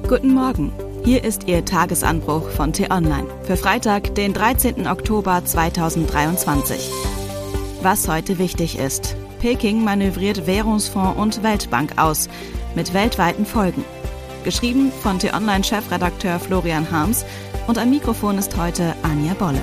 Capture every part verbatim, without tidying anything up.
Guten Morgen, hier ist Ihr Tagesanbruch von T-Online für Freitag, den dreizehnten Oktober zweitausenddreiundzwanzig. Was heute wichtig ist: Peking manövriert Währungsfonds und Weltbank aus, mit weltweiten Folgen. Geschrieben von T-Online-Chefredakteur Florian Harms und am Mikrofon ist heute Anja Bolle.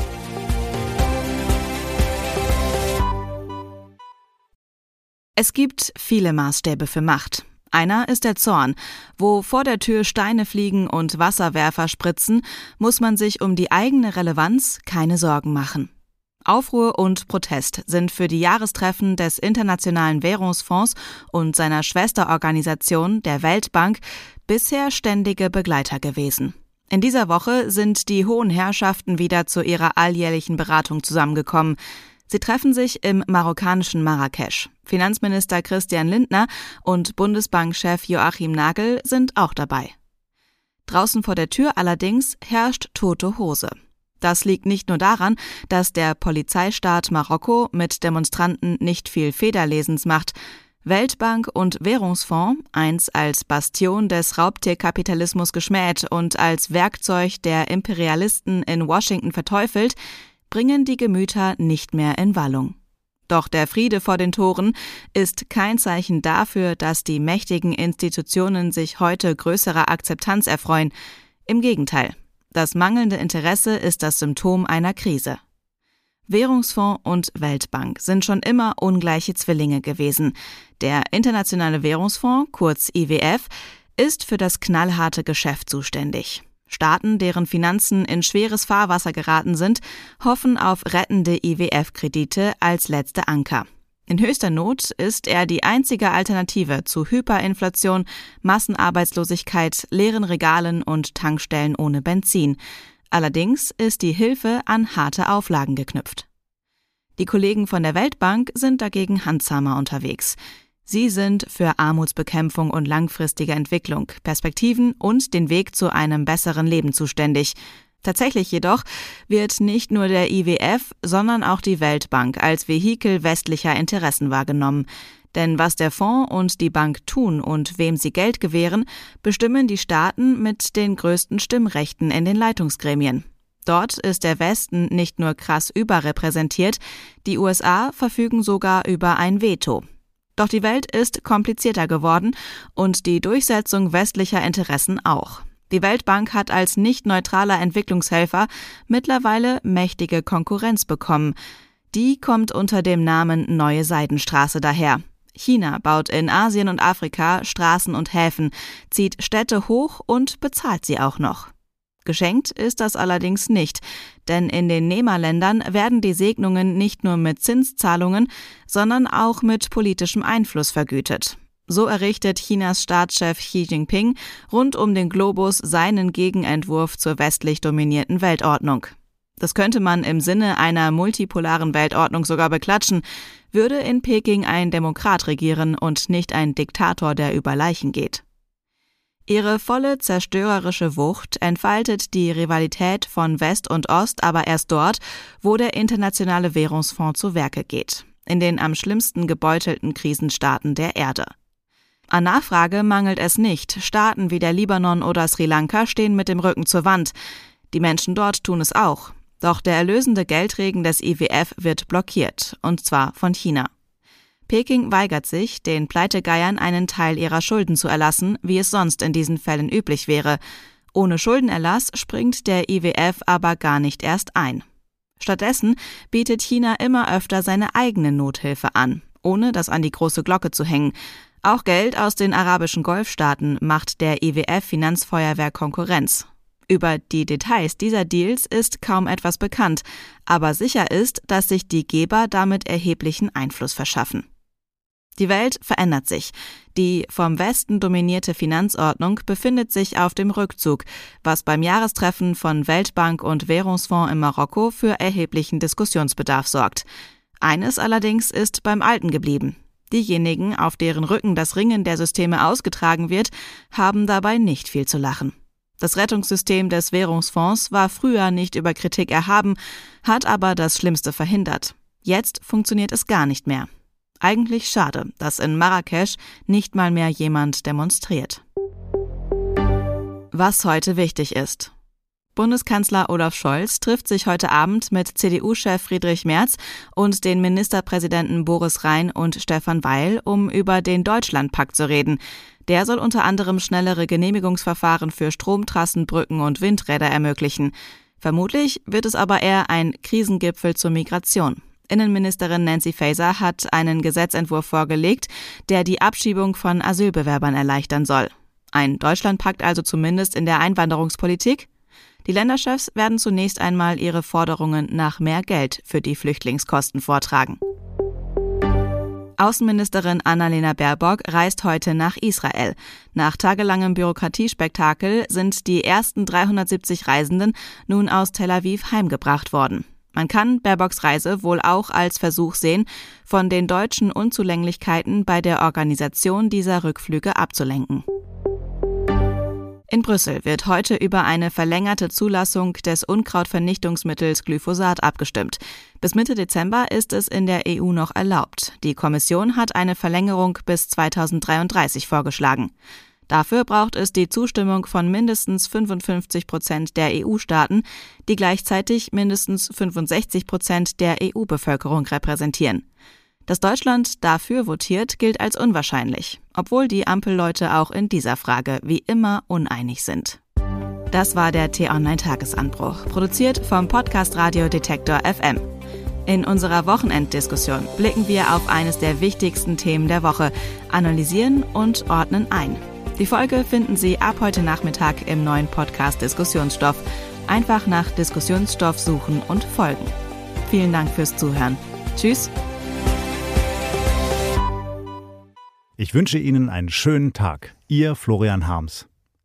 Es gibt viele Maßstäbe für Macht. Einer ist der Zorn. Wo vor der Tür Steine fliegen und Wasserwerfer spritzen, muss man sich um die eigene Relevanz keine Sorgen machen. Aufruhr und Protest sind für die Jahrestreffen des Internationalen Währungsfonds und seiner Schwesterorganisation, der Weltbank, bisher ständige Begleiter gewesen. In dieser Woche sind die hohen Herrschaften wieder zu ihrer alljährlichen Beratung zusammengekommen. Sie treffen sich im marokkanischen Marrakesch. Finanzminister Christian Lindner und Bundesbankchef Joachim Nagel sind auch dabei. Draußen vor der Tür allerdings herrscht tote Hose. Das liegt nicht nur daran, dass der Polizeistaat Marokko mit Demonstranten nicht viel Federlesens macht. Weltbank und Währungsfonds, einst als Bastion des Raubtierkapitalismus geschmäht und als Werkzeug der Imperialisten in Washington verteufelt, bringen die Gemüter nicht mehr in Wallung. Doch der Friede vor den Toren ist kein Zeichen dafür, dass die mächtigen Institutionen sich heute größerer Akzeptanz erfreuen. Im Gegenteil, das mangelnde Interesse ist das Symptom einer Krise. Währungsfonds und Weltbank sind schon immer ungleiche Zwillinge gewesen. Der Internationale Währungsfonds, kurz I W F, ist für das knallharte Geschäft zuständig. Staaten, deren Finanzen in schweres Fahrwasser geraten sind, hoffen auf rettende I W F-Kredite als letzte Anker. In höchster Not ist er die einzige Alternative zu Hyperinflation, Massenarbeitslosigkeit, leeren Regalen und Tankstellen ohne Benzin. Allerdings ist die Hilfe an harte Auflagen geknüpft. Die Kollegen von der Weltbank sind dagegen handsamer unterwegs. Sie sind für Armutsbekämpfung und langfristige Entwicklung, Perspektiven und den Weg zu einem besseren Leben zuständig. Tatsächlich jedoch wird nicht nur der I W F, sondern auch die Weltbank als Vehikel westlicher Interessen wahrgenommen. Denn was der Fonds und die Bank tun und wem sie Geld gewähren, bestimmen die Staaten mit den größten Stimmrechten in den Leitungsgremien. Dort ist der Westen nicht nur krass überrepräsentiert, die U S A verfügen sogar über ein Veto. Doch die Welt ist komplizierter geworden und die Durchsetzung westlicher Interessen auch. Die Weltbank hat als nicht neutraler Entwicklungshelfer mittlerweile mächtige Konkurrenz bekommen. Die kommt unter dem Namen Neue Seidenstraße daher. China baut in Asien und Afrika Straßen und Häfen, zieht Städte hoch und bezahlt sie auch noch. Geschenkt ist das allerdings nicht, denn in den Nehmerländern werden die Segnungen nicht nur mit Zinszahlungen, sondern auch mit politischem Einfluss vergütet. So errichtet Chinas Staatschef Xi Jinping rund um den Globus seinen Gegenentwurf zur westlich dominierten Weltordnung. Das könnte man im Sinne einer multipolaren Weltordnung sogar beklatschen, würde in Peking ein Demokrat regieren und nicht ein Diktator, der über Leichen geht. Ihre volle zerstörerische Wucht entfaltet die Rivalität von West und Ost aber erst dort, wo der Internationale Währungsfonds zu Werke geht, in den am schlimmsten gebeutelten Krisenstaaten der Erde. An Nachfrage mangelt es nicht. Staaten wie der Libanon oder Sri Lanka stehen mit dem Rücken zur Wand. Die Menschen dort tun es auch. Doch der erlösende Geldregen des I W F wird blockiert, und zwar von China. Peking weigert sich, den Pleitegeiern einen Teil ihrer Schulden zu erlassen, wie es sonst in diesen Fällen üblich wäre. Ohne Schuldenerlass springt der I W F aber gar nicht erst ein. Stattdessen bietet China immer öfter seine eigene Nothilfe an, ohne das an die große Glocke zu hängen. Auch Geld aus den arabischen Golfstaaten macht der I W F-Finanzfeuerwehr Konkurrenz. Über die Details dieser Deals ist kaum etwas bekannt, aber sicher ist, dass sich die Geber damit erheblichen Einfluss verschaffen. Die Welt verändert sich. Die vom Westen dominierte Finanzordnung befindet sich auf dem Rückzug, was beim Jahrestreffen von Weltbank und Währungsfonds in Marokko für erheblichen Diskussionsbedarf sorgt. Eines allerdings ist beim Alten geblieben. Diejenigen, auf deren Rücken das Ringen der Systeme ausgetragen wird, haben dabei nicht viel zu lachen. Das Rettungssystem des Währungsfonds war früher nicht über Kritik erhaben, hat aber das Schlimmste verhindert. Jetzt funktioniert es gar nicht mehr. Eigentlich schade, dass in Marrakesch nicht mal mehr jemand demonstriert. Was heute wichtig ist. Bundeskanzler Olaf Scholz trifft sich heute Abend mit C D U-Chef Friedrich Merz und den Ministerpräsidenten Boris Rhein und Stefan Weil, um über den Deutschlandpakt zu reden. Der soll unter anderem schnellere Genehmigungsverfahren für Stromtrassen, Brücken und Windräder ermöglichen. Vermutlich wird es aber eher ein Krisengipfel zur Migration. Innenministerin Nancy Faeser hat einen Gesetzentwurf vorgelegt, der die Abschiebung von Asylbewerbern erleichtern soll. Ein Deutschlandpakt also zumindest in der Einwanderungspolitik? Die Länderchefs werden zunächst einmal ihre Forderungen nach mehr Geld für die Flüchtlingskosten vortragen. Außenministerin Annalena Baerbock reist heute nach Israel. Nach tagelangem Bürokratiespektakel sind die ersten dreihundertsiebzig Reisenden nun aus Tel Aviv heimgebracht worden. Man kann Baerbocks Reise wohl auch als Versuch sehen, von den deutschen Unzulänglichkeiten bei der Organisation dieser Rückflüge abzulenken. In Brüssel wird heute über eine verlängerte Zulassung des Unkrautvernichtungsmittels Glyphosat abgestimmt. Bis Mitte Dezember ist es in der E U noch erlaubt. Die Kommission hat eine Verlängerung bis zweitausenddreiunddreißig vorgeschlagen. Dafür braucht es die Zustimmung von mindestens fünfundfünfzig Prozent der E U-Staaten, die gleichzeitig mindestens fünfundsechzig Prozent der E U-Bevölkerung repräsentieren. Dass Deutschland dafür votiert, gilt als unwahrscheinlich, obwohl die Ampelleute auch in dieser Frage wie immer uneinig sind. Das war der T-Online-Tagesanbruch, produziert vom Podcast Radio Detektor F M. In unserer Wochenenddiskussion blicken wir auf eines der wichtigsten Themen der Woche, analysieren und ordnen ein. Die Folge finden Sie ab heute Nachmittag im neuen Podcast Diskussionsstoff. Einfach nach Diskussionsstoff suchen und folgen. Vielen Dank fürs Zuhören. Tschüss. Ich wünsche Ihnen einen schönen Tag. Ihr Florian Harms.